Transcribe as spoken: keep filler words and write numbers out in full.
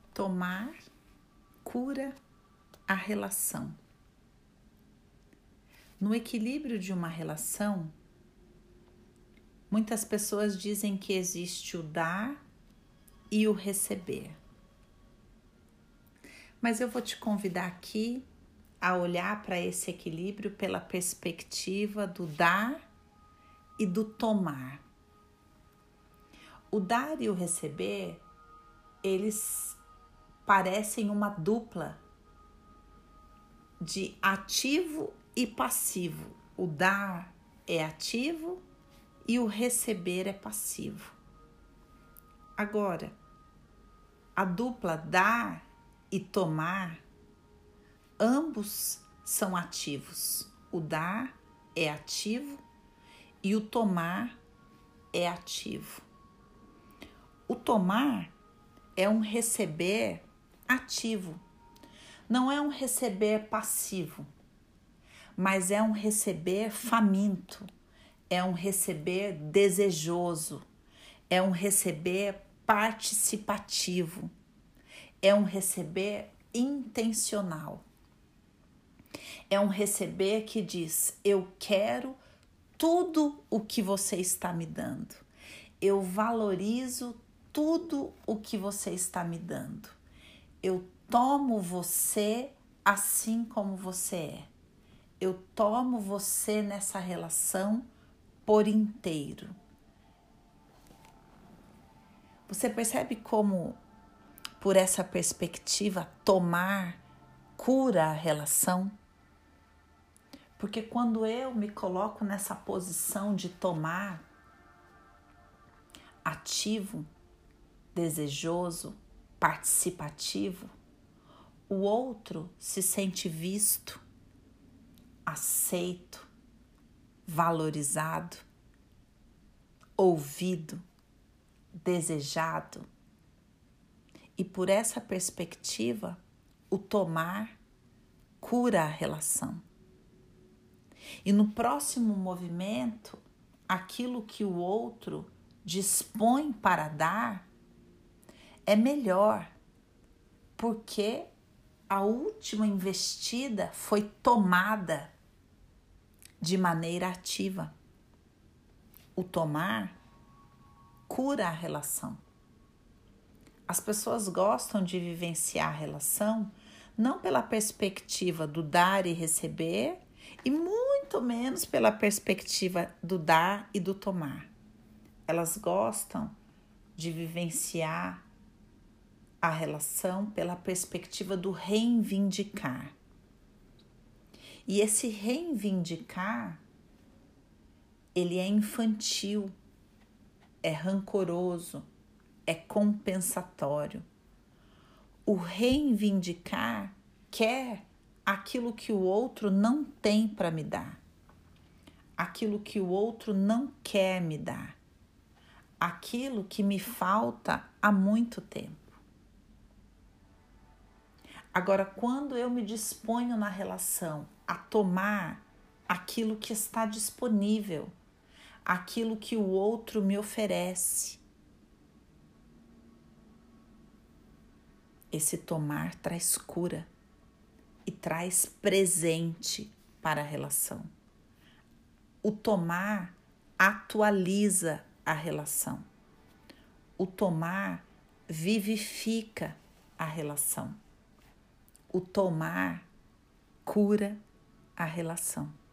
Tomar cura a relação. No equilíbrio de uma relação, muitas pessoas dizem que existe o dar e o receber. Mas eu vou te convidar aqui a olhar para esse equilíbrio pela perspectiva do dar e do tomar. O dar e o receber, eles parecem uma dupla de ativo e passivo. O dar é ativo e o receber é passivo. Agora, a dupla dar e tomar, ambos são ativos. O dar é ativo e o tomar é ativo. O tomar é um receber ativo. Não é um receber passivo, mas é um receber faminto, é um receber desejoso, é um receber participativo, é um receber intencional. É um receber que diz: eu quero tudo o que você está me dando, eu valorizo tudo o que você está me dando, eu tomo você assim como você é. Eu tomo você nessa relação por inteiro. Você percebe como, por essa perspectiva, tomar cura a relação? Porque quando eu me coloco nessa posição de tomar, ativo, desejoso, participativo, o outro se sente visto, aceito, valorizado, ouvido, desejado. E por essa perspectiva, o tomar cura a relação. E no próximo movimento, aquilo que o outro dispõe para dar é melhor, porque a última investida foi tomada de maneira ativa. O tomar cura a relação. As pessoas gostam de vivenciar a relação não pela perspectiva do dar e receber, e muito menos pela perspectiva do dar e do tomar. Elas gostam de vivenciar a relação pela perspectiva do reivindicar. E esse reivindicar, ele é infantil, é rancoroso, é compensatório. O reivindicar quer aquilo que o outro não tem para me dar, aquilo que o outro não quer me dar, aquilo que me falta há muito tempo. Agora, quando eu me disponho na relação a tomar aquilo que está disponível, aquilo que o outro me oferece, esse tomar traz cura e traz presente para a relação. O tomar atualiza a relação. O tomar vivifica a relação. O tomar cura a relação.